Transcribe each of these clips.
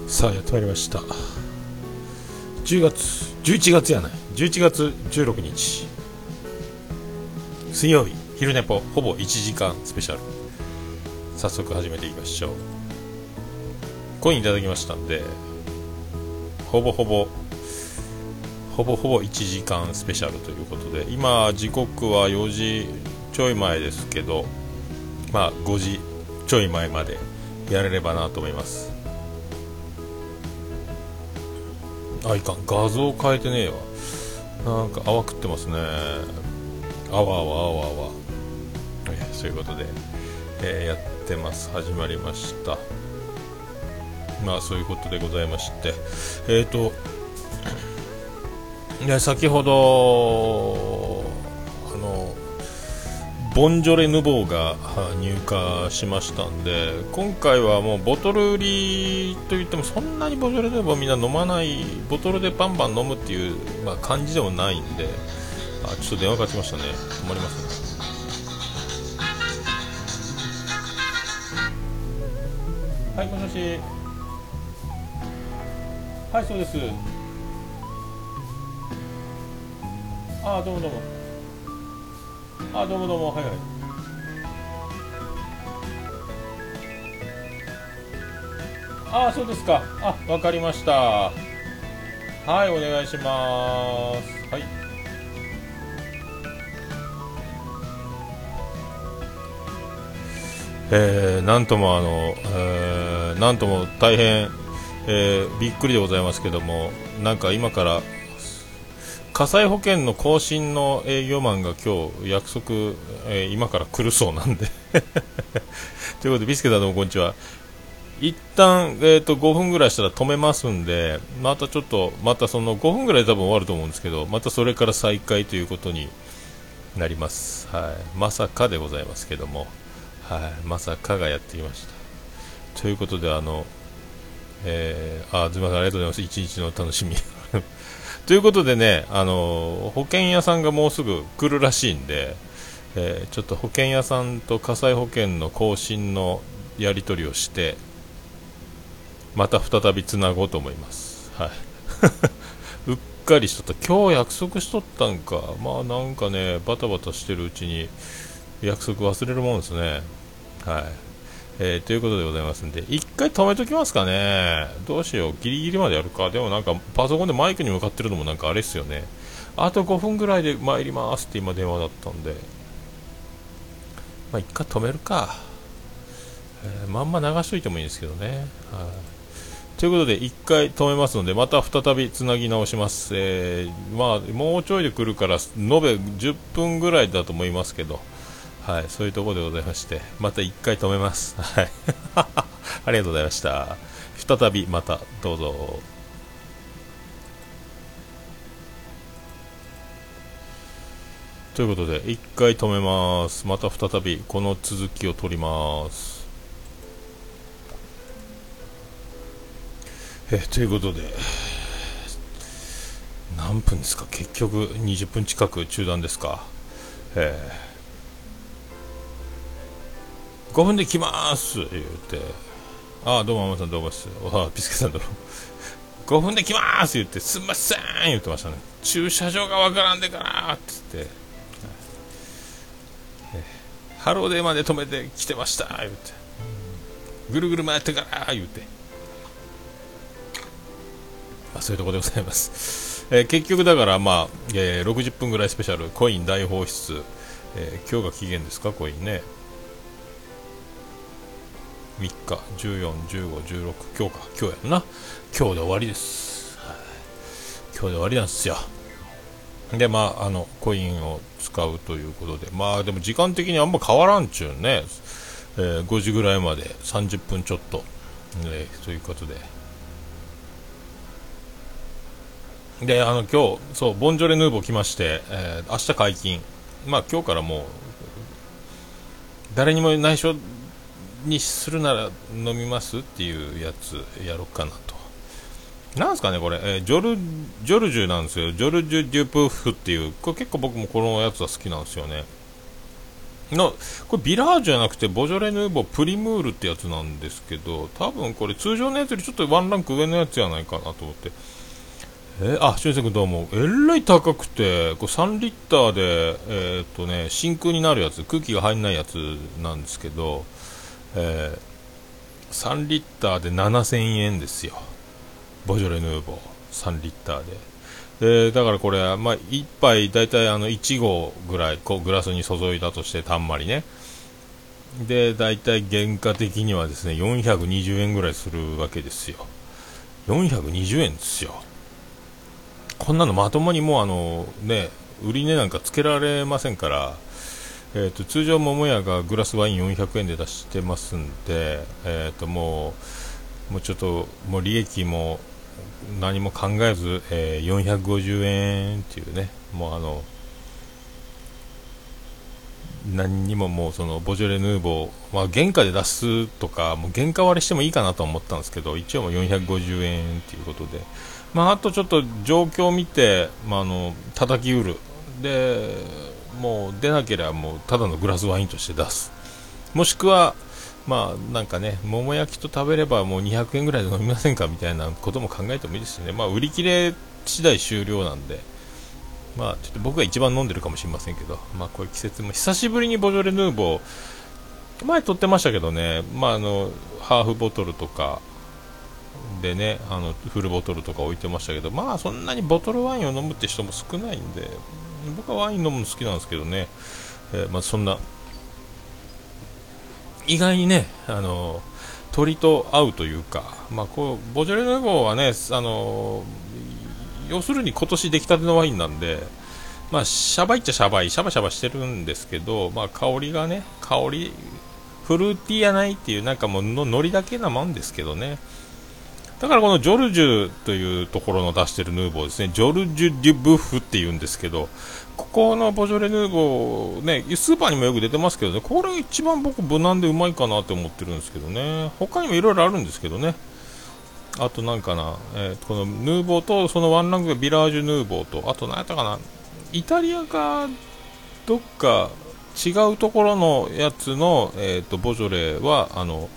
さあやってまいりました。10月11月やない11月16日水曜日、昼寝ぽほぼ1時間スペシャル、早速始めていきましょう。コインいただきましたんで、ほぼほぼ1時間スペシャルということで、今時刻は4時ちょい前ですけど、まあ5時ちょい前までやれればなと思います。あ、いかん、画像変えてねえわ。なんか泡食ってますね。泡そういうことで、やってます。始まりました。まあそういうことでございまして、先ほどボンジョレ・ヌボーが入荷しましたんで、今回はもうボトル売りといってもそんなにボンジョレ・ヌボーみんな飲まない、ボトルでバンバン飲むっていう、感じでもないんで、ちょっと電話かかってきましたね。止まりますね。はい、もしもし。はい、そうです。どうもどうも。どうもどうも、はいはい。そうですか。わかりました。はい、お願いします。はい。なんともなんとも大変、びっくりでございますけども、なんか今から火災保険の更新の営業マンが今日約束、今から来るそうなんでということで、ビスケさんどうもこんにちは。一旦、5分ぐらいしたら止めますんで、またその5分ぐらいで多分終わると思うんですけど、またそれから再開ということになります。はい、まさかでございますけども、はい、まさかがやってきました。ということで、すみません、ありがとうございます。一日の楽しみということでね、保険屋さんがもうすぐ来るらしいんで、ちょっと保険屋さんと火災保険の更新のやり取りをして、また再びつなごうと思います。はいうっかりしとった。今日約束しとったんか。なんかね、バタバタしてるうちに約束忘れるもんですね。はい。ということでございますんで、一回止めときますかね。どうしよう、ギリギリまでやるか。でもなんかパソコンでマイクに向かってるのもなんかあれっすよね。あと5分ぐらいで参りますって今電話だったんで、一回止めるか。まんま流しといてもいいんですけどね。はい。ということで一回止めますので、また再びつなぎ直します。もうちょいで来るから延べ10分ぐらいだと思いますけど、はい、そういうところでございまして、また一回止めます。はい。ありがとうございました。再びまたどうぞ。ということで一回止めます。また再びこの続きを取ります。ということで、何分ですか。結局20分近く中断ですか。5分で来ます言うて、どうもママさんどうもです。ピスケさんどうも。5分で来ます言って、すんません言ってましたね。駐車場がわからんでからって言って、ハローデーまで止めて来てました言って、ぐるぐる回ってから言って、そういうところでございます。結局だから60分ぐらいスペシャルコイン大放出、今日が期限ですか。コインね、3日、14、15、16、今日やんな。今日で終わりです。はい、今日で終わりなんですよ。でコインを使うということで、でも時間的にあんま変わらんちゅうね。5時ぐらいまで30分ちょっと、ということで、今日そうボンジョレ・ヌーボー来まして、明日解禁。今日からもう誰にも内緒にするなら飲みますっていうやつやろうかなと。なんですかねこれ、ジョルジュなんですよ。ジョルジュ・デュプフっていう、これ結構僕もこのやつは好きなんですよね。 のこれビラージュじゃなくてボジョレ・ヌーボープリムールってやつなんですけど、多分これ通常のやつよりちょっとワンランク上のやつやないかなと思って。俊介君どうも。らい高くて、これ3リッターで、真空になるやつ、空気が入んないやつなんですけど、3リッターで7000円ですよ。ボジョレ・ヌーボー、3リッターで。だからこれ、まあ、1杯だいたい1合ぐらいこうグラスに注いだとして、たんまりね。で、だいたい原価的にはですね、420円ぐらいするわけですよ。420円ですよ。こんなのまともにもう売り値なんかつけられませんから、通常桃屋がグラスワイン400円で出してますんで、もうちょっともう利益も何も考えず、450円っていうね、もう何にももうそのボジョレ・ヌーボー、まあ、原価で出すとかもう原価割れしてもいいかなと思ったんですけど、一応もう450円ということで、まあ、あとちょっと状況を見て、叩き売るでもう出なければもうただのグラスワインとして出す、もしくはまあなんかね桃焼きと食べればもう200円ぐらいで飲みませんかみたいなことも考えてもいいですしね、まあ、売り切れ次第終了なんで、まあちょっと僕が一番飲んでるかもしれませんけど、まあこういう季節も久しぶりにボジョレ・ヌーボー前撮ってましたけどね、まあハーフボトルとかでね、フルボトルとか置いてましたけど、まあそんなにボトルワインを飲むって人も少ないんで、僕はワイン飲むの好きなんですけどね、まあそんな意外にね鳥と合うというか、まあこうボジョレ・ヌーボーはね要するに今年出来たてのワインなんで、まあシャバいっちゃシャバい、シャバシャバしてるんですけど、まあ香りフルーティーやないっていう、なんかもうノリだけなもんですけどね。だからこのジョルジュというところの出してるヌーボーですね、ジョルジュ・デュ・ブッフっていうんですけど、ここのボジョレ・ヌーボーね、スーパーにもよく出てますけどね、これ一番僕無難でうまいかなって思ってるんですけどね。他にもいろいろあるんですけどね。あとなんかな、このヌーボーとそのワンランクビラージュヌーボーと、あと何やったかな、イタリアかどっか違うところのやつの、ボジョレは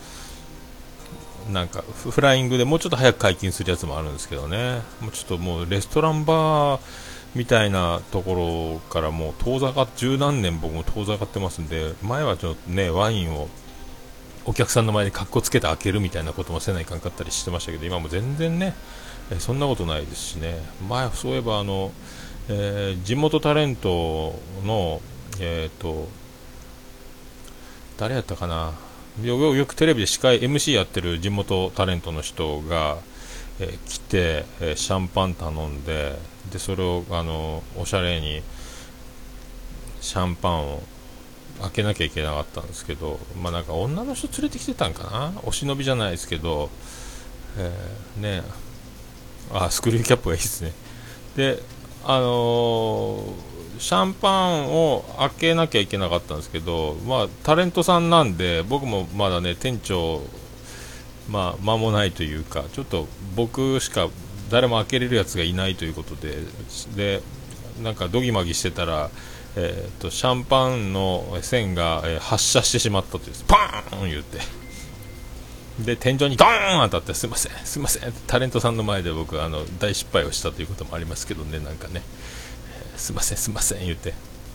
なんかフライングでもうちょっと早く解禁するやつもあるんですけどね、もうちょっともうレストランバーみたいなところからもう遠ざかって十何年僕も遠ざかってますんで、前はちょっとねワインをお客さんの前にカッコつけて開けるみたいなこともせないかんかったりしてましたけど、今も全然ね、そんなことないですしね。前そういえば地元タレントの誰やったかな、よくテレビで司会 MC やってる地元タレントの人が、来て、シャンパン頼んで、それをおしゃれにシャンパンを開けなきゃいけなかったんですけど、まあなんか女の人連れてきてたんかな、お忍びじゃないですけど、ね、スクリューキャップがいいですね。でシャンパンを開けなきゃいけなかったんですけど、まあ、タレントさんなんで僕もまだね店長、間もないというか、ちょっと僕しか誰も開けれるやつがいないということでなんかドギマギしてたら、シャンパンの線が、発射してしまったという、パーン言ってで天井にドーン当たって、すいませんタレントさんの前で僕大失敗をしたということもありますけどね、なんかね、すいません言って、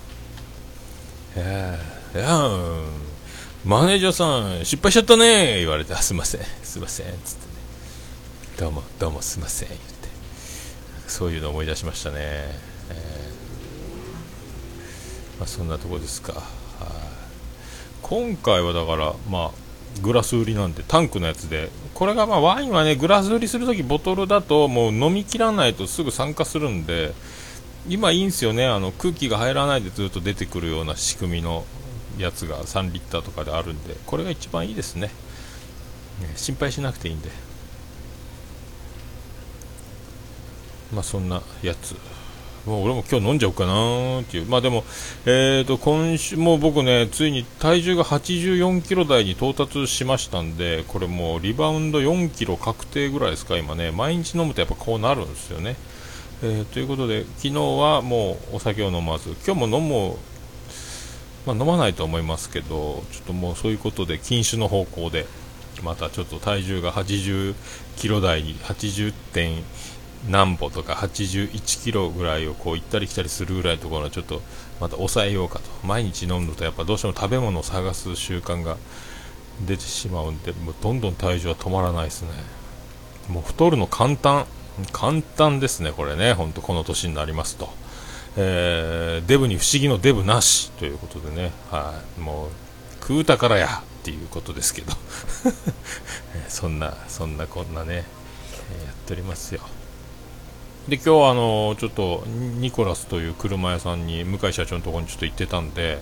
いやマネージャーさん失敗しちゃったね言われて、すいませんつってね、どうもすいません言って、そういうのを思い出しましたね。そんなとこですか。今回はだからグラス売りなんでタンクのやつで、これがワインはねグラス売りするときボトルだともう飲み切らないとすぐ酸化するんで、今いいんですよね、空気が入らないでずっと出てくるような仕組みのやつが3リッターとかであるんで、これが一番いいですね。心配しなくていいんで、そんなやつ、もう俺も今日飲んじゃおうかなーっていう。でも今週も僕ねついに体重が84キロ台に到達しましたんで、これもうリバウンド4キロ確定ぐらいですか今ね。毎日飲むとやっぱこうなるんですよね。ということで昨日はもうお酒を飲まず、今日も飲もう飲まないと思いますけど、ちょっともうそういうことで禁酒の方向で、またちょっと体重が80キロ台に80点何歩とか81キロぐらいをこう行ったり来たりするぐらいのところをちょっとまた抑えようかと。毎日飲むとやっぱどうしても食べ物を探す習慣が出てしまうんで、もうどんどん体重は止まらないですね。もう太るの簡単ですね、これね。ほんとこの年になりますと、デブに不思議のデブなしということでね、もう食うたからやっていうことですけどそんなこんなね、やっておりますよ。で今日はちょっとニコラスという車屋さんに向井社長のところにちょっと行ってたんで、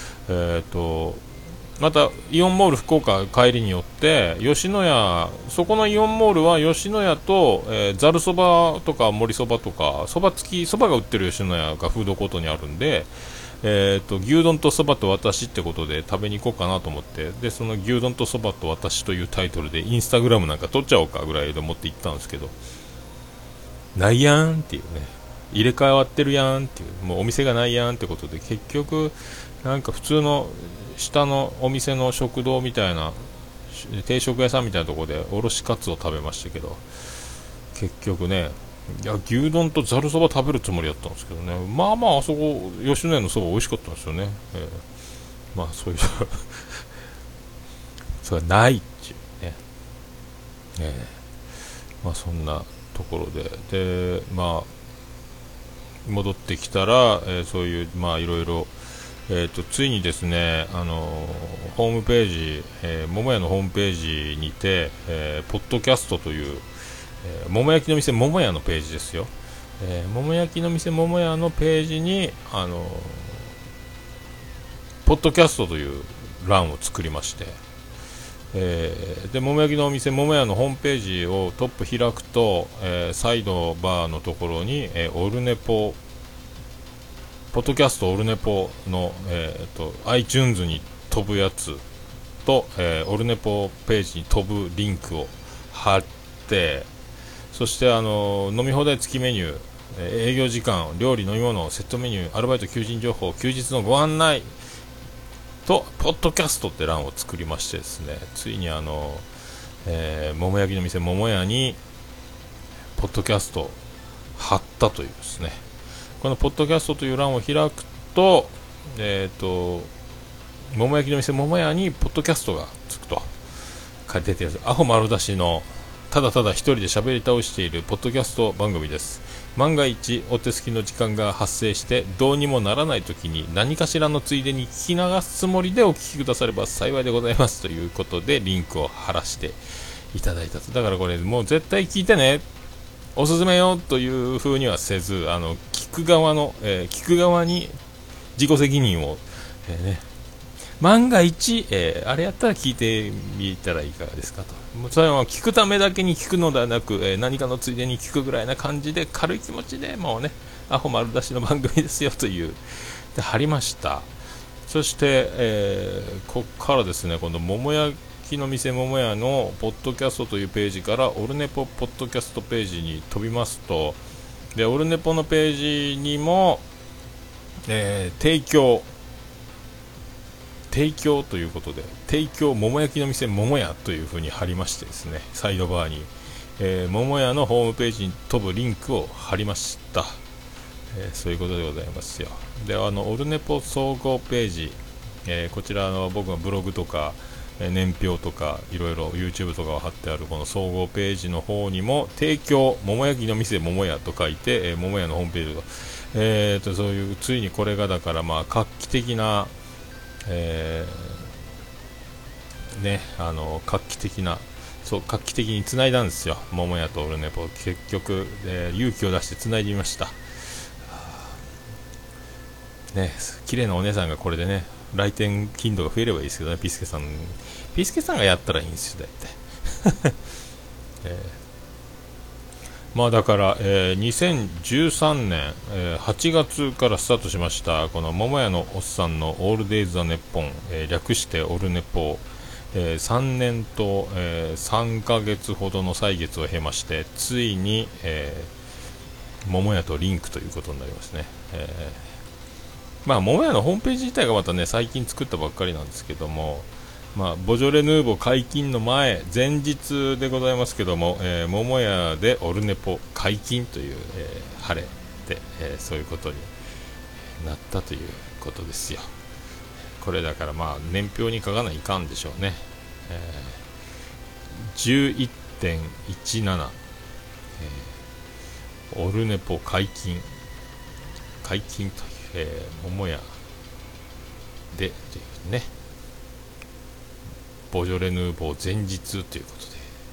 またイオンモール福岡帰りによって吉野家、そこのイオンモールは吉野家と、ざるそばとか盛りそばとかそば付きそばが売ってる吉野家がフードコートにあるんで、牛丼とそばと私ってことで食べに行こうかなと思って、でその牛丼とそばと私というタイトルでインスタグラムなんか撮っちゃおうかぐらいで持って行ったんですけど、ないやんっていうね、入れ替わってるやんっていう、もうお店がないやんってことで、結局なんか普通の下のお店の食堂みたいな定食屋さんみたいなところでおろしカツを食べましたけど、結局ね、いや牛丼とざるそば食べるつもりだったんですけどね、まああそこ吉野家のそば美味しかったんですよね、まあそういうそれはないっていうね、まあそんなところで、まあ戻ってきたら、そういうまあいろいろ、ついにですね、ホームページ、桃屋のホームページにて、ポッドキャストという、桃焼きの店桃屋のページですよ、桃焼きの店桃屋のページにポッドキャストという欄を作りまして、で桃焼きのお店桃屋のホームページをトップ開くと、サイドバーのところに、オルネポポッドキャストオルネポの、iTunes に飛ぶやつと、オルネポページに飛ぶリンクを貼って、そして飲み放題付きメニュー、営業時間、料理飲み物、セットメニュー、アルバイト求人情報、休日のご案内とポッドキャストって欄を作りましてですね、ついに桃焼きの店桃屋にポッドキャスト貼ったというですね、このポッドキャストという欄を開くと、桃焼きの店桃屋にポッドキャストがつくと書いてて、アホ丸出しのただただ一人で喋り倒しているポッドキャスト番組です。万が一お手すきの時間が発生してどうにもならないときに何かしらのついでに聞き流すつもりでお聞きくだされば幸いでございますということでリンクを貼らせていただいたと。だからこれもう絶対聞いてね、おすすめよという風にはせず、聞く側に自己責任を、万が一、あれやったら聞いてみたらいかがですかと。もうそれは聞くためだけに聞くのではなく、何かのついでに聞くぐらいな感じで軽い気持ちでもうね、アホ丸出しの番組ですよというで貼りました。そして、ここからですね、今度桃焼きの店桃屋のポッドキャストというページからオルネポポッドキャストページに飛びますと、でオルネポのページにも、提供ということで、提供桃焼きの店桃屋という風に貼りましてですね、サイドバーに、桃屋のホームページに飛ぶリンクを貼りました。そういうことでございますよ。でオルネポ総合ページ、こちらの僕がブログとか、年表とかいろいろ YouTube とかを貼ってあるこの総合ページの方にも提供桃焼きの店桃屋と書いて、桃屋のホームページが、そういうついにこれがだからまあ画期的な、画期的につないだんですよ、桃屋とオルネポ。結局、勇気を出してつないでみましたね。綺麗なお姉さんがこれでね来店頻度が増えればいいですけどね、ピスケさんがやったらいいんですよ大体、まあだから、2013年、8月からスタートしましたこの桃屋のおっさんのオールデイズ・ザ・ネッポン、略してオルネポ、3年と、3ヶ月ほどの歳月を経ましてついに、桃屋とリンクということになりますね。 まあ桃屋のホームページ自体がまたね最近作ったばっかりなんですけども、まあボジョレ・ヌーボー解禁の前日でございますけども、桃屋でオルネポ解禁という、晴れで、そういうことになったということですよ。これだからまあ年表に書かないかんでしょうね。11.17、オルネポ解禁という、桃屋でというね、ボジョレ・ヌーボー前日ということで、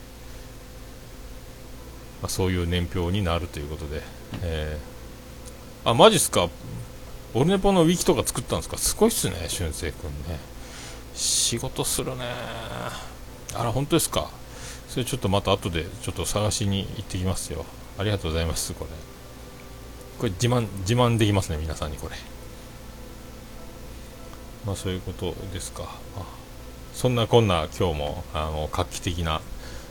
まあ、そういう年表になるということで、あ、マジっすか。オルネポのウィキとか作ったんですか。すごいっすね、俊生くんね。仕事するね。あら、本当ですか。それちょっとまた後でちょっと探しに行ってきますよ。ありがとうございます。これ自慢できますね、皆さんにこれ。まあそういうことですか。そんなこんな今日も画期的な、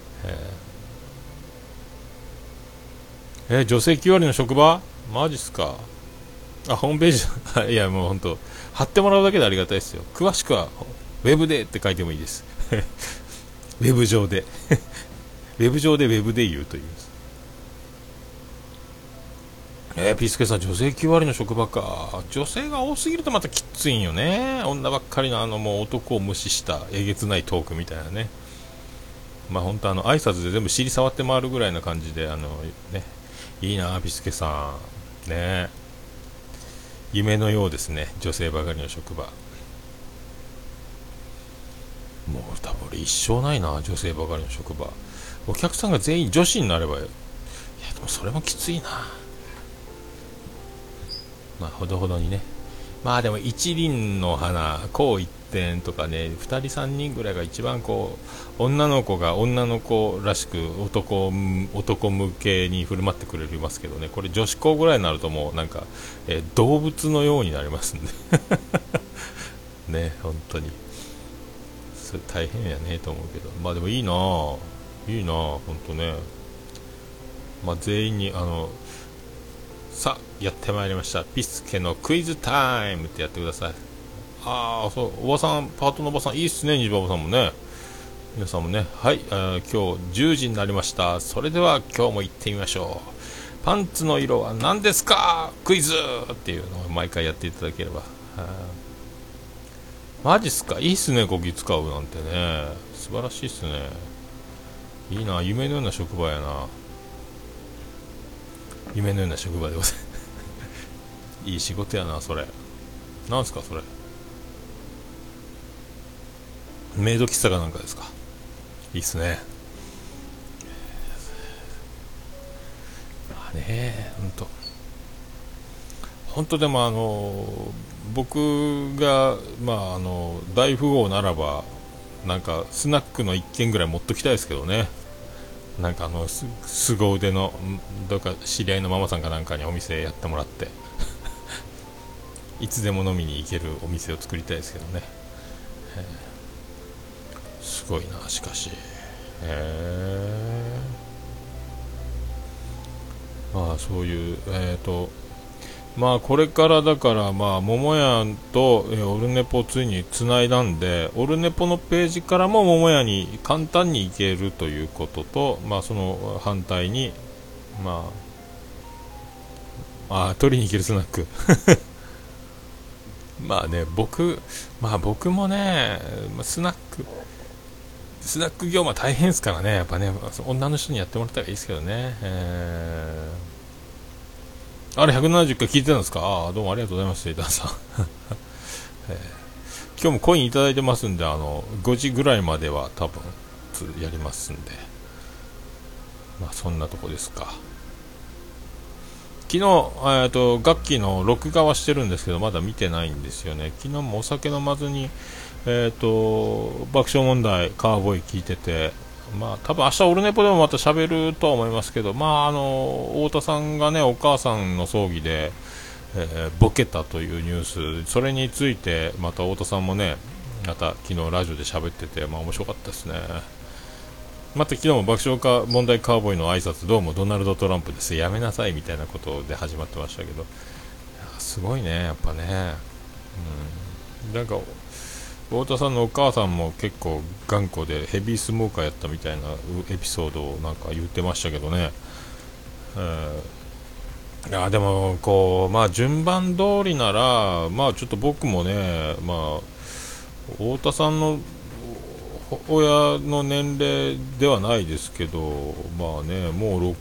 女性9割の職場マジっすか。あ、ホームページいやもう本当貼ってもらうだけでありがたいですよ。詳しくはウェブでって書いてもいいですウェブ上でウェブ上でウェブで言うという。ピースケさん、女性9割の職場か。女性が多すぎるとまたきついんよね。女ばっかりのもう男を無視したえげつないトークみたいなね。まあ本当挨拶で全部尻触って回るぐらいな感じでね、いいなピースケさんね。夢のようですね、女性ばかりの職場。もう多分俺一生ないな、女性ばかりの職場。お客さんが全員女子になれば、いやでもそれもきついな。まあほどほどにね。まあでも一輪の花こう一点とかね、2人3人ぐらいが一番こう女の子が女の子らしく男向けに振る舞ってくれますけどね、これ女子校ぐらいになるともうなんか、動物のようになりますんでね、本当にそれ大変やねと思うけど、まあでもいいなぁ本当ね。まあ全員にさあやってまいりました、ピスケのクイズタイムってやってください。ああ、そうおばさん、パートのおばさんいいっすね、にじばばさんもね、皆さんもね。はい、今日10時になりました。それでは今日も行ってみましょう。パンツの色は何ですかクイズっていうのを毎回やっていただければ。マジっすか。いいっすね、こき使うなんてね、素晴らしいっすね。いいな、夢のような職場やな。夢のような職場でございますいい仕事やな、それ。なんすかそれ。メイド喫茶かなんかですか。いいっすね。まあね、本当でも僕がまあ大富豪ならばなんかスナックの1軒ぐらい持っときたいですけどね。なんか凄腕のどっか知り合いのママさんかなんかにお店やってもらっていつでも飲みに行けるお店を作りたいですけどね。すごいな、しかし。まあそういうまあこれからだからまあ桃屋とオルネポついにつないだんで、オルネポのページからも桃屋に簡単に行けるということと、まあその反対にまあ取りに行けるスナックまあね、僕もね、スナック業務は大変ですからね、やっぱね、女の人にやってもらったらいいですけどね。あれ170回聞いてたんですか。ああ、どうもありがとうございます、伊田さん、今日もコインいただいてますんで、5時ぐらいまでは多分やりますんで、まあそんなとこですか。昨日楽器の録画はしてるんですけどまだ見てないんですよね。昨日もお酒飲まずに爆笑問題カーボーイ聞いてて、まあ多分明日オルネポでもまた喋るとは思いますけど、まあ太田さんがねお母さんの葬儀で、ボケたというニュース、それについてまた太田さんもねまた昨日ラジオで喋ってて、まあ面白かったですね。また昨日も爆笑問題カーボーイの挨拶、どうもドナルド・トランプです、やめなさいみたいなことで始まってましたけど、 すごいね、やっぱね。なんか太田さんのお母さんも結構頑固でヘビースモーカーやったみたいなエピソードをなんか言ってましたけどね。いやでもこう、まあ、順番通りなら、まあ、ちょっと僕もね、まあ、太田さんの親の年齢ではないですけど、まあね、もう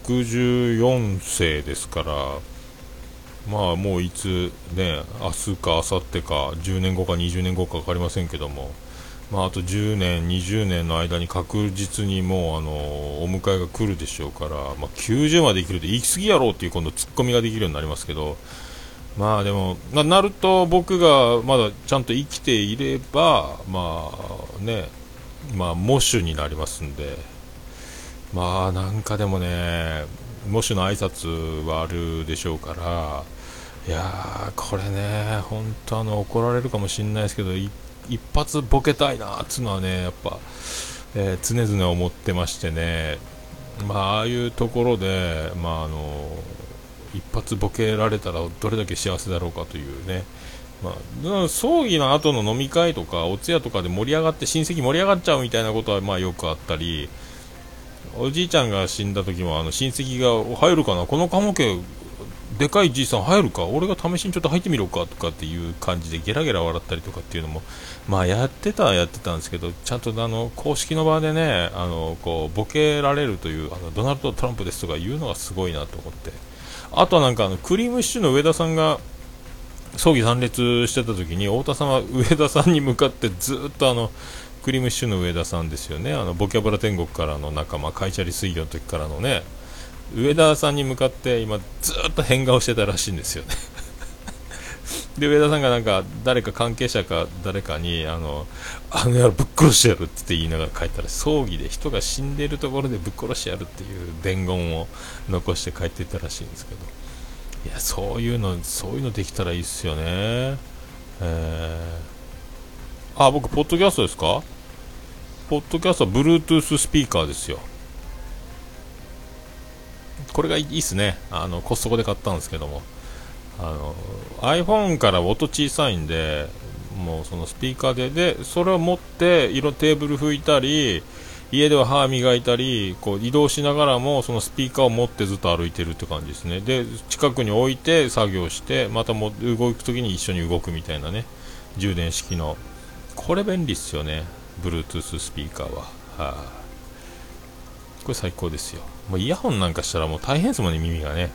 64世ですから、まあもういつね、明日か明後日か10年後か20年後か分かりませんけども、まあ、あと10年、20年の間に確実にもうお迎えが来るでしょうから、まあ、90まで生きるって言い過ぎやろうっていう今度ツッコミができるようになりますけど、まあでも、なると僕がまだちゃんと生きていれば、まあね、まあ喪主になりますんで、まあなんかでもね、喪主の挨拶はあるでしょうから、いやー、これね、本当怒られるかもしれないですけど、一発ボケたいなっていうのはね、やっぱ、常々思ってましてね、まあ、ああいうところで、まあ一発ボケられたらどれだけ幸せだろうかというね、まあ、葬儀の後の飲み会とかお通夜とかで盛り上がって親戚盛り上がっちゃうみたいなことはまあよくあったり、おじいちゃんが死んだ時も親戚が入るかな、この棺桶でかいじいさん入るか、俺が試しにちょっと入ってみろかとかっていう感じでゲラゲラ笑ったりとかっていうのもまあやってたんですけど、ちゃんと公式の場でね、こうボケられるという、ドナルド・トランプですとか言うのがすごいなと思って、あとはなんかクリームシチューの上田さんが葬儀参列してた時に太田さんは上田さんに向かってずっとクリームシチューの上田さんですよね、ボキャブラ天国からの仲間、カイチャリ水魚の時からのね、上田さんに向かって今ずっと変顔してたらしいんですよねで上田さんがなんか誰か関係者か誰かにあの野郎ぶっ殺してやるって言いながら帰ったら、葬儀で人が死んでいるところでぶっ殺してやるっていう伝言を残して帰っていったらしいんですけど、いやそういうのできたらいいっすよね。僕ポッドキャストですか？ポッドキャストは Bluetooth スピーカーですよ。これがいいっすね。コストコで買ったんですけども、iPhone から音小さいんで、もうそのスピーカーでそれを持ってテーブル拭いたり、家では歯磨いたり、こう移動しながらもそのスピーカーを持ってずっと歩いてるって感じですね。で近くに置いて作業して、またも動くときに一緒に動くみたいなね、充電式の、これ便利っすよね、 Bluetooth スピーカーは。これ最高ですよ。もうイヤホンなんかしたらもう大変ですもんね、耳がね。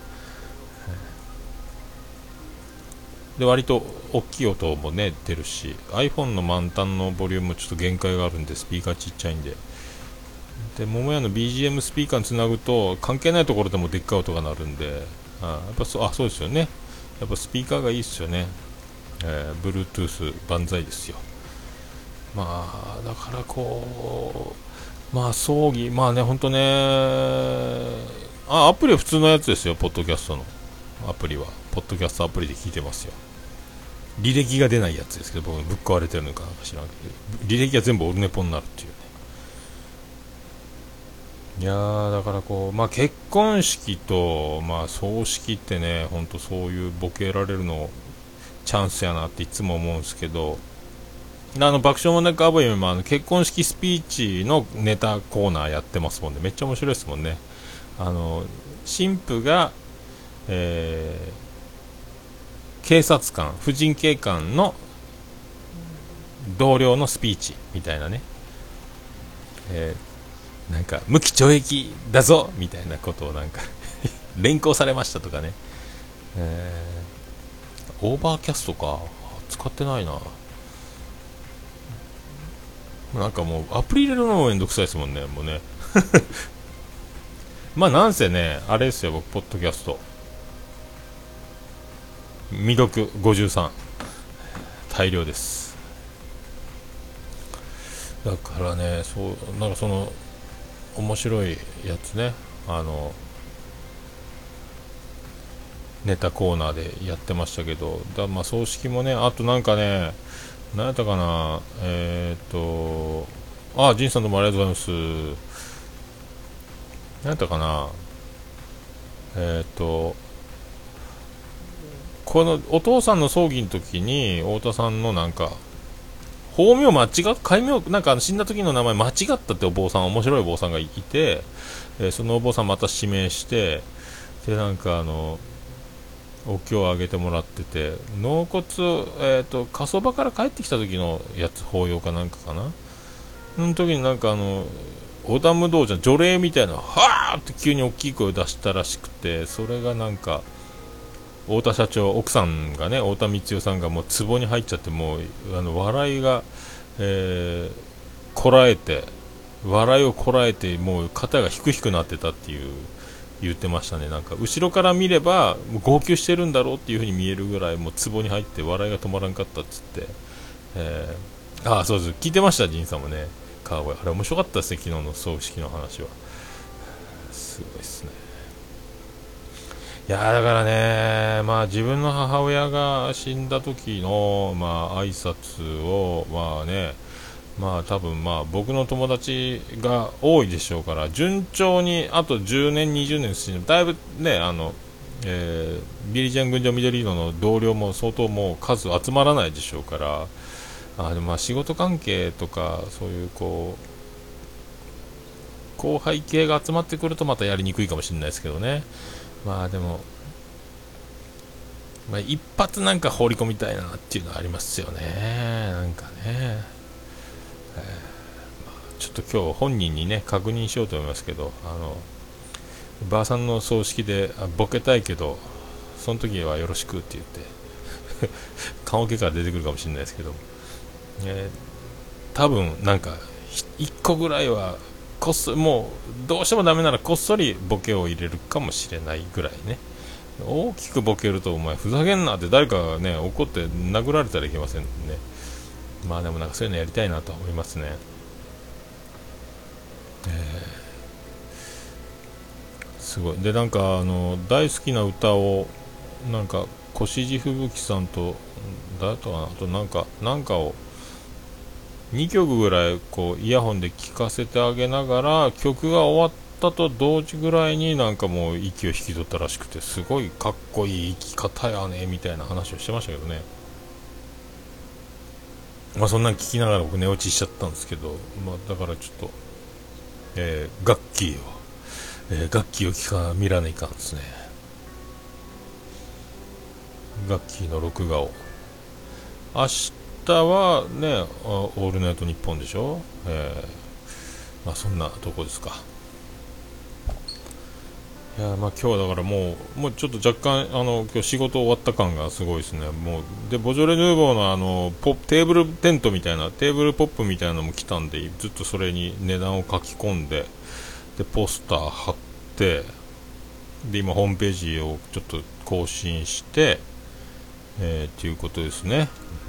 で割と大きい音もね出るし、 iPhone の満タンのボリュームもちょっと限界があるんで、スピーカーちっちゃいんで、桃屋の BGM スピーカーにつなぐと関係ないところでもでっかい音が鳴るんで、やっぱそうですよね、やっぱスピーカーがいいですよね。Bluetooth 万歳ですよ。まあだからこう、まあ葬儀、まあね、ほんとね、アプリは普通のやつですよ、ポッドキャストのアプリはポッドキャストアプリで聞いてますよ。履歴が出ないやつですけど、僕ぶっ壊れてるのかなんか知らんけど、履歴が全部オルネポになるっていうね。いやー、だからこう、まあ、結婚式と、まあ、葬式ってね、ほんとそういうボケられるのチャンスやなっていつも思うんですけど、爆笑問題カーボーイも結婚式スピーチのネタコーナーやってますもんね。めっちゃ面白いですもんね。新婦が、警察官、婦人警官の同僚のスピーチみたいなね、なんか無期懲役だぞみたいなことをなんか連行されましたとかね、オーバーキャストか使ってないな。なんかもうアプリ入れるのもめんどくさいですもんね、もうねまあなんせね、あれですよ、僕ポッドキャスト未読53大量です。だからね、なんかその面白いやつね、ネタコーナーでやってましたけど、まあ葬式もね、あとなんかね、何やったかな、ジンさんどうもありがとうございます。何やったかな、 このお父さんの葬儀の時に太田さんのなんか法名間違っ改名なんか死んだ時の名前間違ったってお坊さん、面白いお坊さんがいて、そのお坊さんまた指名して、でなんかお経をあげてもらってて、納骨、火葬場から帰ってきた時のやつ、法要かなんかかな、その時になんか織田無道じゃん除霊みたいな、はーって急に大きい声を出したらしくて、それがなんか太田社長、奥さんがね、太田光代さんがもう壺に入っちゃって、もう笑いが、こらえて、笑いをこらえて、もう肩がヒクヒクなってたっていう言ってましたね。なんか後ろから見ればもう号泣してるんだろうっていう風に見えるぐらい、もう壺に入って笑いが止まらんかったっつって、そうです、聞いてました、仁さんもね、川越、あれ面白かったですね、昨日の葬式の話は。すごいですね。いやだからね、まあ自分の母親が死んだ時のまあ挨拶をまあね、まあ多分まあ僕の友達が多いでしょうから、順調にあと10年20年進んで、だいぶねビリジャン群青緑色の同僚も相当もう数集まらないでしょうから、でもまあ仕事関係とかそういうこう後輩系が集まってくるとまたやりにくいかもしれないですけどね。まあでも、まあ、一発なんか放り込みたいなっていうのはありますよね。なんかね、ちょっと今日本人にね確認しようと思いますけど、ばあさんの葬式でボケたいけどその時はよろしくって言って棺桶から出てくるかもしれないですけど、多分なんか1個ぐらいはこっそもうどうしてもダメならこっそりボケを入れるかもしれないぐらいね。大きくボケるとお前ふざけんなって誰かがね怒って殴られたらいけませんね。まあでもなんかそういうのやりたいなと思いますね。すごいで、なんか大好きな歌をなんか越路吹雪さんと誰とかな、あとなんかを2曲ぐらいこうイヤホンで聴かせてあげながら、曲が終わったと同時ぐらいになんかもう息を引き取ったらしくて、すごいかっこいい生き方やねみたいな話をしてましたけどね。まあそんなん聞きながら僕寝落ちしちゃったんですけど、まあだからちょっと、ガッキーを、ガッキーを見らないかんですね。ガッキーの録画を明日はね、オールナイトニッポンでしょ、まあそんなとこですか。いやまあ今日はだからもうちょっと若干今日仕事終わった感がすごいですね。もうでボジョレ・ヌーボーのテーブルテントみたいなテーブルポップみたいなのも来たんで、ずっとそれに値段を書き込んで、でポスター貼って、で今ホームページをちょっと更新してっていうことですね。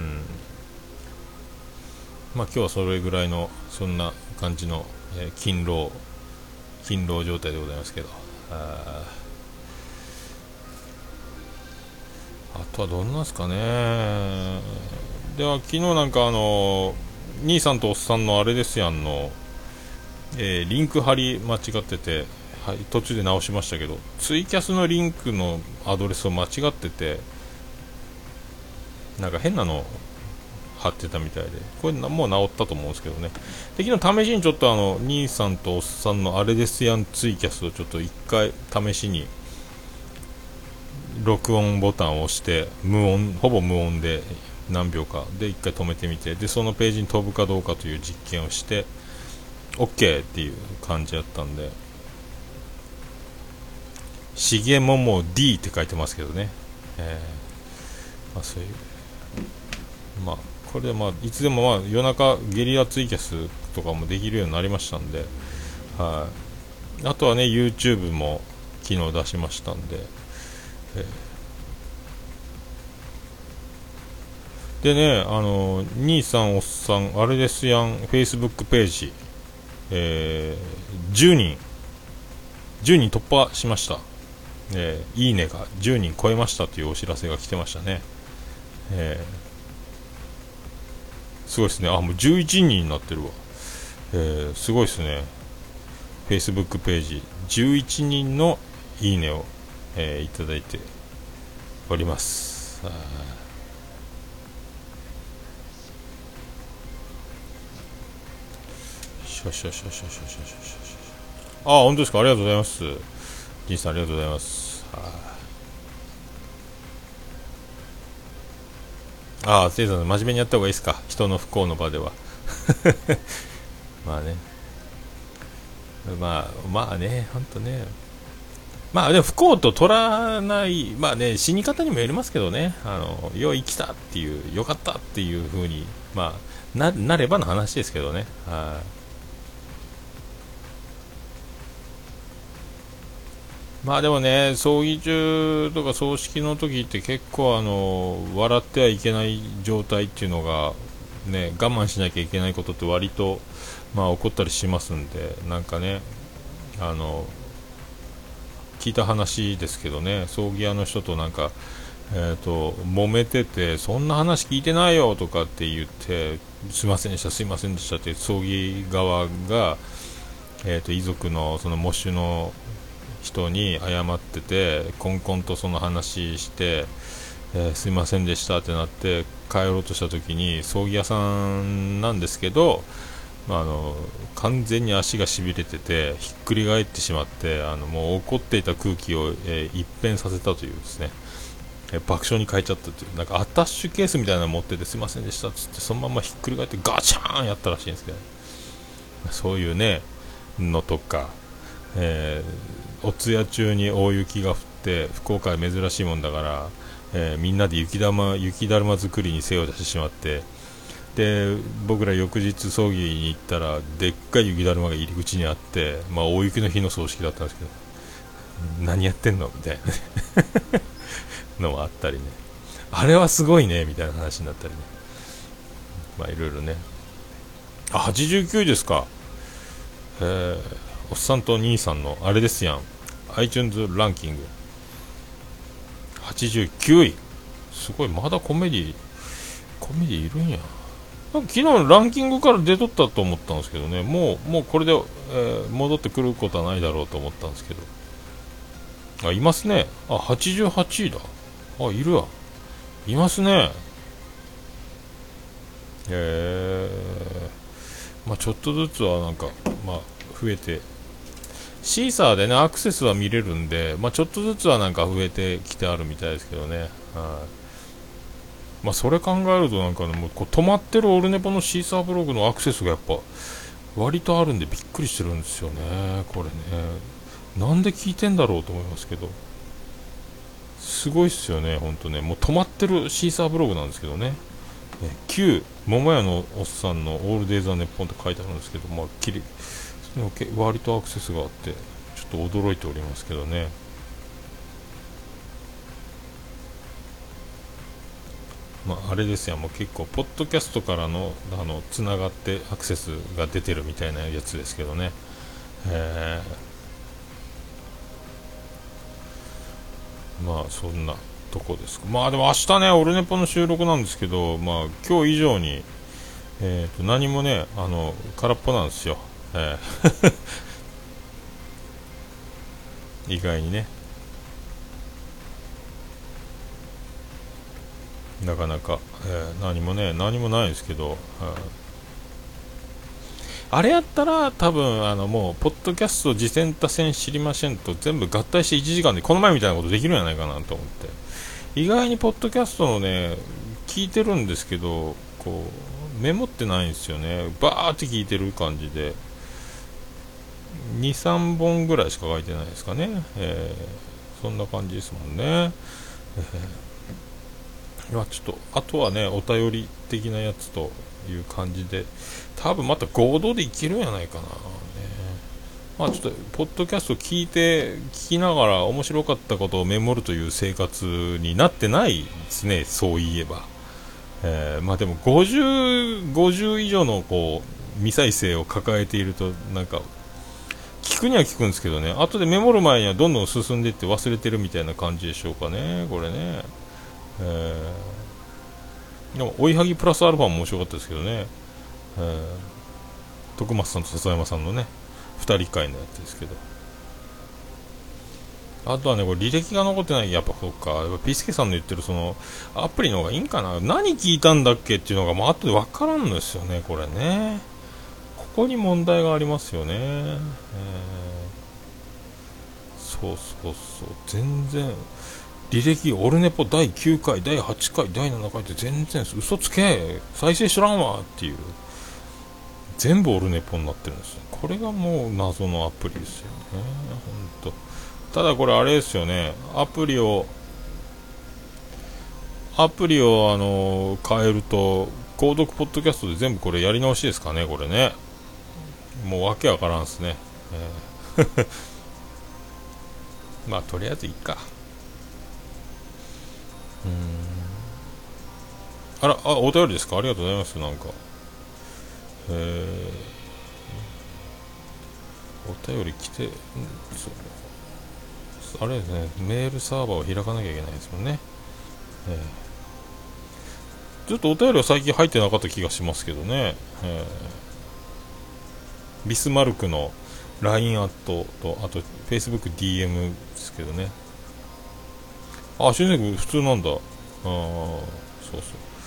まあ今日はそれぐらいのそんな感じの、勤労状態でございますけど、あとはどんなんですかね。では昨日なんか兄さんとおっさんのあれですやんの、リンク貼り間違ってて、はい、途中で直しましたけど、ツイキャスのリンクのアドレスを間違ってて、なんか変なの貼ってたみたいで、これもう直ったと思うんですけどね。で昨日試しにちょっと兄さんとおっさんのあれですやんツイキャスをちょっと一回試しに録音ボタンを押して、ほぼ無音で何秒かで一回止めてみて、でそのページに飛ぶかどうかという実験をして OK っていう感じだったんで、しげもも D って書いてますけどね、まあそういう、まあこれでまあいつでもまあ夜中ゲリラツイキャスとかもできるようになりましたんで、はい、あとはね YouTube も昨日出しましたんで、でね兄さんおっさんあれですやん Facebook ページ、10人突破しました。いいねが10人超えましたというお知らせが来てましたね。すごいですね。もう11人になってるわ。すごいですね。 Facebook ページ11人のいいねを、いただいております。 しょしょしょしょしょしょしょしょ。ああ、本当ですか。ありがとうございます。ジンさんありがとうございます。ああ、せいさん真面目にやった方がいいですか。人の不幸の場では。まあね。まあね、ほんとね。まあでも不幸と取らない、まあね、死に方にもよりますけどね、よう生きたっていう、よかったっていう風に、まあ、なればの話ですけどね。まあでもね、葬儀中とか葬式の時って結構笑ってはいけない状態っていうのが、ね、我慢しなきゃいけないことって割と、まあ起こったりしますんで、なんかね、あの、聞いた話ですけどね、葬儀屋の人となんか、揉めてて、そんな話聞いてないよとかって言って、すいませんでした、すいませんでしたって、葬儀側が、遺族のその喪主の人に謝ってて、こんこんとその話して、すいませんでしたってなって帰ろうとした時に、葬儀屋さんなんですけど、まあ、完全に足がしびれててひっくり返ってしまって、もう怒っていた空気を、一変させたというですね、爆笑に変えちゃったという、なんかアタッシュケースみたいなの持ってて、すいませんでしたっつってそのままひっくり返ってガチャーンやったらしいんですけど、そういうねのとか、お通夜中に大雪が降って福岡は珍しいもんだから、みんなで雪だるま作りに精を出してしまって、で僕ら翌日葬儀に行ったらでっかい雪だるまが入り口にあって、まあ、大雪の日の葬式だったんですけど、何やってんのみたいなのもあったりね、あれはすごいねみたいな話になったりね、まあいろいろね。あ、89ですか。おっさんと兄さんのあれですやん、 iTunes ランキング89位、すごい。まだコメディいるんや。昨日のランキングから出とったと思ったんですけどね、もうこれで、戻ってくることはないだろうと思ったんですけど、あ、いますね。あ、88位だ。あ、いるわ。いますね。まあ、ちょっとずつはなんか、まあ、増えて、シーサーでねアクセスは見れるんで、まあ、ちょっとずつはなんか増えてきてあるみたいですけどね。まあ、それ考えるとなんかね、もうこう止まってるオルネポのシーサーブログのアクセスがやっぱ割とあるんでびっくりしてるんですよね、これね。なんで聞いてんだろうと思いますけど、すごいっすよね、ほんとね。もう止まってるシーサーブログなんですけどね。旧桃屋のおっさんのオールデイザーネッポンって書いてあるんですけど、まあ、割とアクセスがあってちょっと驚いておりますけどね。まあ、あれですよ、もう結構ポッドキャストからのつながってアクセスが出てるみたいなやつですけどね。まあそんなとこですか。まあでも明日ねオルネポの収録なんですけど、まあ今日以上に、何もね空っぽなんですよ、意外にね、なかなか、何もないですけど、あれやったら多分もうポッドキャスト次戦多戦知りませんと全部合体して1時間でこの前みたいなことできるんじゃないかなと思って、意外にポッドキャストのね聞いてるんですけど、こうメモってないんですよね。バーって聞いてる感じで 2,3 本ぐらいしか書いてないですかね。そんな感じですもんね。ちょっとあとはねお便り的なやつという感じで、多分また合同でいけるんじゃないかな、ね。まあちょっとポッドキャスト聞きながら面白かったことをメモるという生活になってないですね、そういえば。まあでも50以上のこう未再生を抱えているとなんか聞くには聞くんですけどね、後でメモる前にはどんどん進んでいって忘れてるみたいな感じでしょうかね、これね。でも追いはぎプラスアルファも面白かったですけどね、徳松さんと笹山さんのね2人会のやつですけど、 あとはね、これ履歴が残ってない。やっぱそうか。やっぱピスケさんの言ってるそのアプリの方がいいんかな。何聞いたんだっけっていうのがもう後でわからんのですよね、これね。ここに問題がありますよね。そうそうそう。全然、履歴、オルネポ第9回、第8回、第7回って全然嘘つけ再生しらんわっていう。全部オルネポになってるんですよ。これがもう謎のアプリですよね。ほんと。ただこれあれですよね。アプリを変えると、購読ポッドキャストで全部これやり直しですかね、これね。もうわけわからんすね。まあとりあえずいいか。お便りですか。ありがとうございます。なんか、えお便り来て、あれですね、メールサーバーを開かなきゃいけないですもんね。ちょっとお便りは最近入ってなかった気がしますけどね。ビスマルクの LINE アットと、あと FacebookDM ですけどね。あ、新選組普通なんだ。そうそう。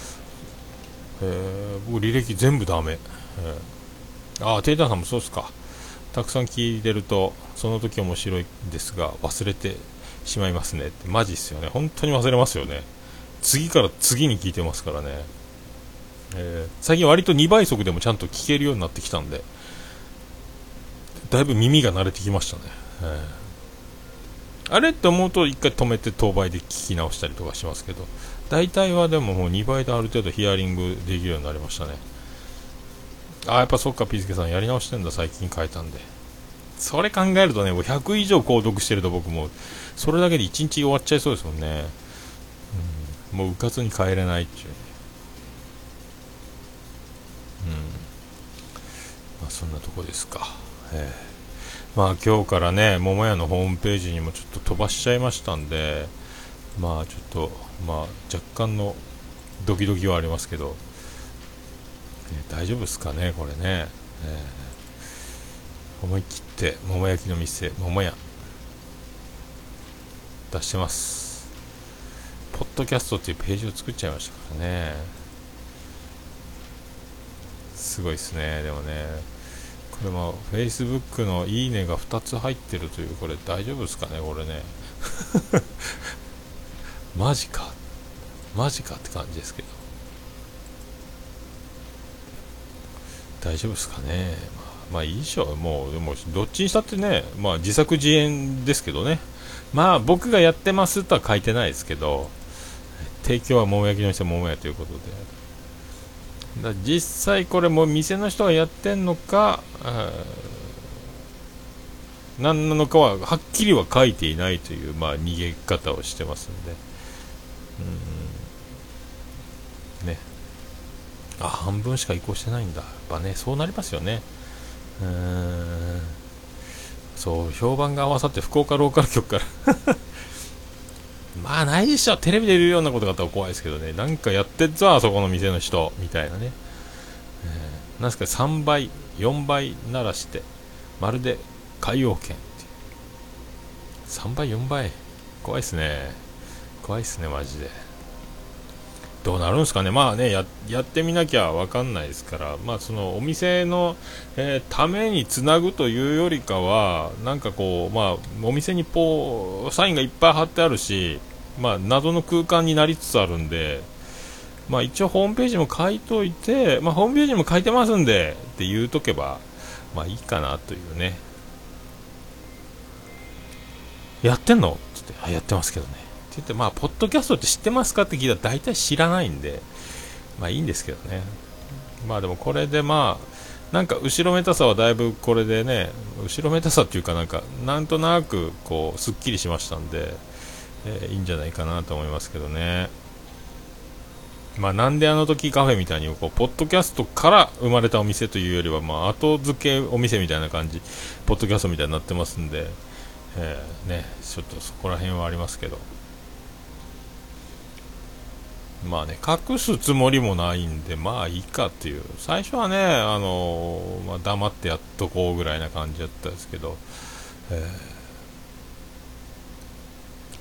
僕履歴全部ダメ。テイタンさんもそうですか。たくさん聞いてるとその時面白いんですが忘れてしまいますねって。マジっすよね。本当に忘れますよね。次から次に聞いてますからね。最近割と2倍速でもちゃんと聞けるようになってきたんで、だいぶ耳が慣れてきましたね。あれって思うと1回止めて当倍で聞き直したりとかしますけど、大体はでももう2倍である程度ヒアリングできるようになりましたね。やっぱそっか、ピースケさんやり直してんだ。最近変えたんで。それ考えるとね、もう100以上購読してると僕もそれだけで1日終わっちゃいそうですもんね。もううかつに帰れないっていう。まあそんなとこですか。まあ今日からね、桃屋のホームページにもちょっと飛ばしちゃいましたんで、まあちょっと、まあ若干のドキドキはありますけど、大丈夫ですかね、これね。思い切って桃焼きの店、桃屋出してます。ポッドキャストっていうページを作っちゃいましたからね。すごいですね。でもね、これも Facebook のいいねが2つ入ってるという、これ大丈夫ですかね、これね。マジかマジかって感じですけど、大丈夫ですかね。まあいいでしょう。もうでもどっちにしたってね、まあ自作自演ですけどね。まあ僕がやってますとは書いてないですけど、提供は桃焼きの人桃屋ということで、実際これも店の人がやってんのか、何なのかははっきりは書いていないという、まあ逃げ方をしてますんで、ね。半分しか移行してないんだ。やっぱね、そうなりますよね。そう、評判が合わさって福岡ローカル局からまあないでしょ。テレビで言うようなことがあったら怖いですけどね。なんかやってっぞ、あそこの店の人みたいなね。なんすか、3倍4倍鳴らしてまるで海洋圏っていう。3倍4倍怖いっすね。怖いっすね、マジで。どうなるんですかね。まあね、やってみなきゃわかんないですから、まあそのお店の、ためにつなぐというよりかは、なんかこう、まあお店にサインがいっぱい貼ってあるし、まあ謎の空間になりつつあるんで、まあ一応ホームページも書いといて、まあホームページにも書いてますんでって言うとけば、まあいいかなというね。やってんのって言って、やってますけどね。って言って、まあポッドキャストって知ってますかって聞いたら大体知らないんで、まあいいんですけどね。まあでもこれでまあなんか後ろめたさはだいぶこれでね、後ろめたさっていうかなんとなくこうすっきりしましたんで、いいんじゃないかなと思いますけどね。まあなんであの時カフェみたいにこうポッドキャストから生まれたお店というよりは、まあ後付けお店みたいな感じ、ポッドキャストみたいになってますんで、ね、ちょっとそこら辺はありますけど、まあね、隠すつもりもないんで、まあいいかっていう。最初はね、まあ、黙ってやっとこうぐらいな感じだったんですけど、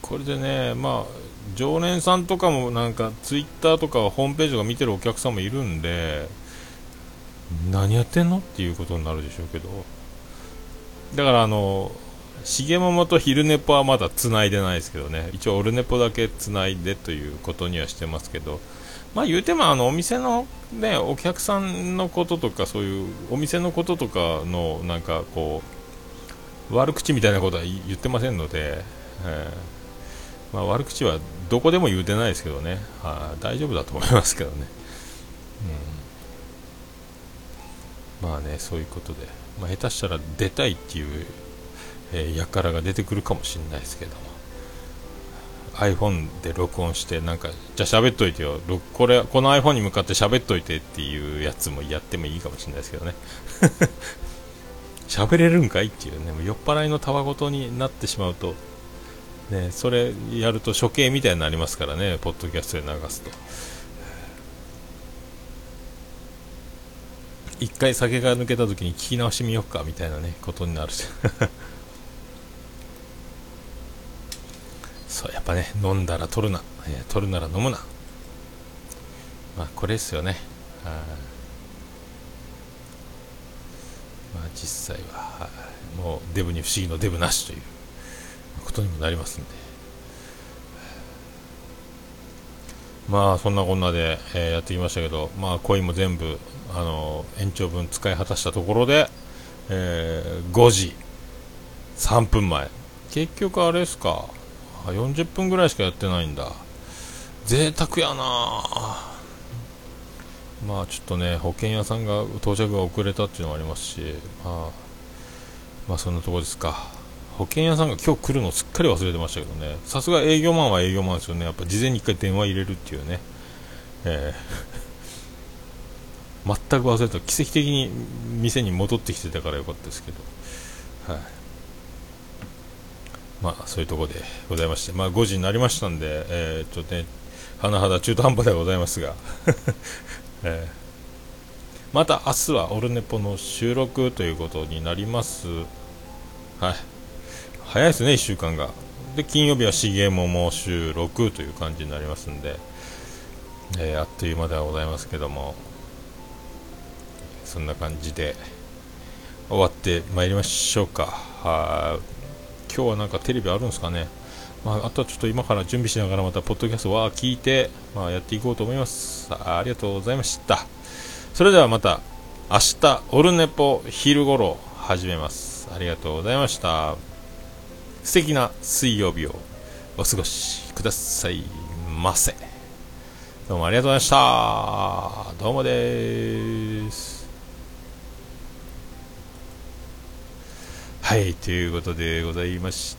これでね、常連さんとかもなんかツイッターとかホームページとか見てるお客さんもいるんで、何やってんのっていうことになるでしょうけど、だから重桃と昼ネポはまだ繋いでないですけどね、一応オルネポだけ繋いでということにはしてますけど、言うてもお店のね、お客さんのこととか、そういうお店のこととかのなんかこう悪口みたいなことは言ってませんので、悪口はどこでも言うてないですけどね、大丈夫だと思いますけどね、そういうことで、下手したら出たいっていう、輩が出てくるかもしれないですけども、 iPhone で録音してなんか、じゃあ喋っといてよ、この iPhone に向かって喋っといてっていうやつもやってもいいかもしれないですけどね喋れるんかいっていうね、もう酔っ払いのたわごとになってしまうとね、それやると処刑みたいになりますからね、ポッドキャストで流すと。一回酒が抜けた時に聞き直してみようかみたいなね、ことになるそう、やっぱね、飲んだら取るな、取るなら飲むな、これですよね。実際はもうデブに不思議のデブなしということにもなりますんで、そんなこんなで、やってきましたけど、コインも全部延長分使い果たしたところで、5時3分前、結局あれですか、40分ぐらいしかやってないんだ。贅沢やな。ちょっとね、保険屋さんが到着が遅れたっていうのもありますし、そんなところですか。保険屋さんが今日来るのすっかり忘れてましたけどね、さすが営業マンは営業マンですよね。やっぱ事前に一回電話入れるっていうね、全く忘れた。奇跡的に店に戻ってきてたからよかったですけど、そういうところでございまして、5時になりましたんで、甚だ中途半端ではございますが、また明日はオルネポの収録ということになります。早いですね、1週間が。で、金曜日は重桃収録という感じになりますんで、あっという間ではございますけども、そんな感じで終わってまいりましょうか。今日はなんかテレビあるんですかね。あとはちょっと今から準備しながらまたポッドキャストは聞いて、やっていこうと思います。ありがとうございました。それではまた明日オルネポ昼頃始めます。ありがとうございました。素敵な水曜日をお過ごしくださいませ。どうもありがとうございました。どうもです。はい、ということでございました。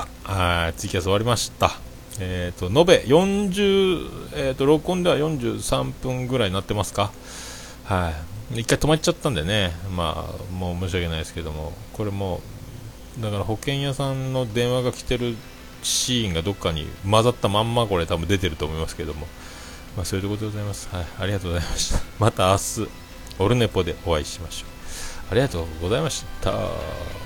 ツイキャス終わりました。延べ40、録音では43分ぐらいになってますか。一回止まっちゃったんでね、もう申し訳ないですけども、これもだから保険屋さんの電話が来てるシーンがどっかに混ざったまんまこれ多分出てると思いますけども、そういうところでございます。ありがとうございました。また明日オルネポでお会いしましょう。ありがとうございました。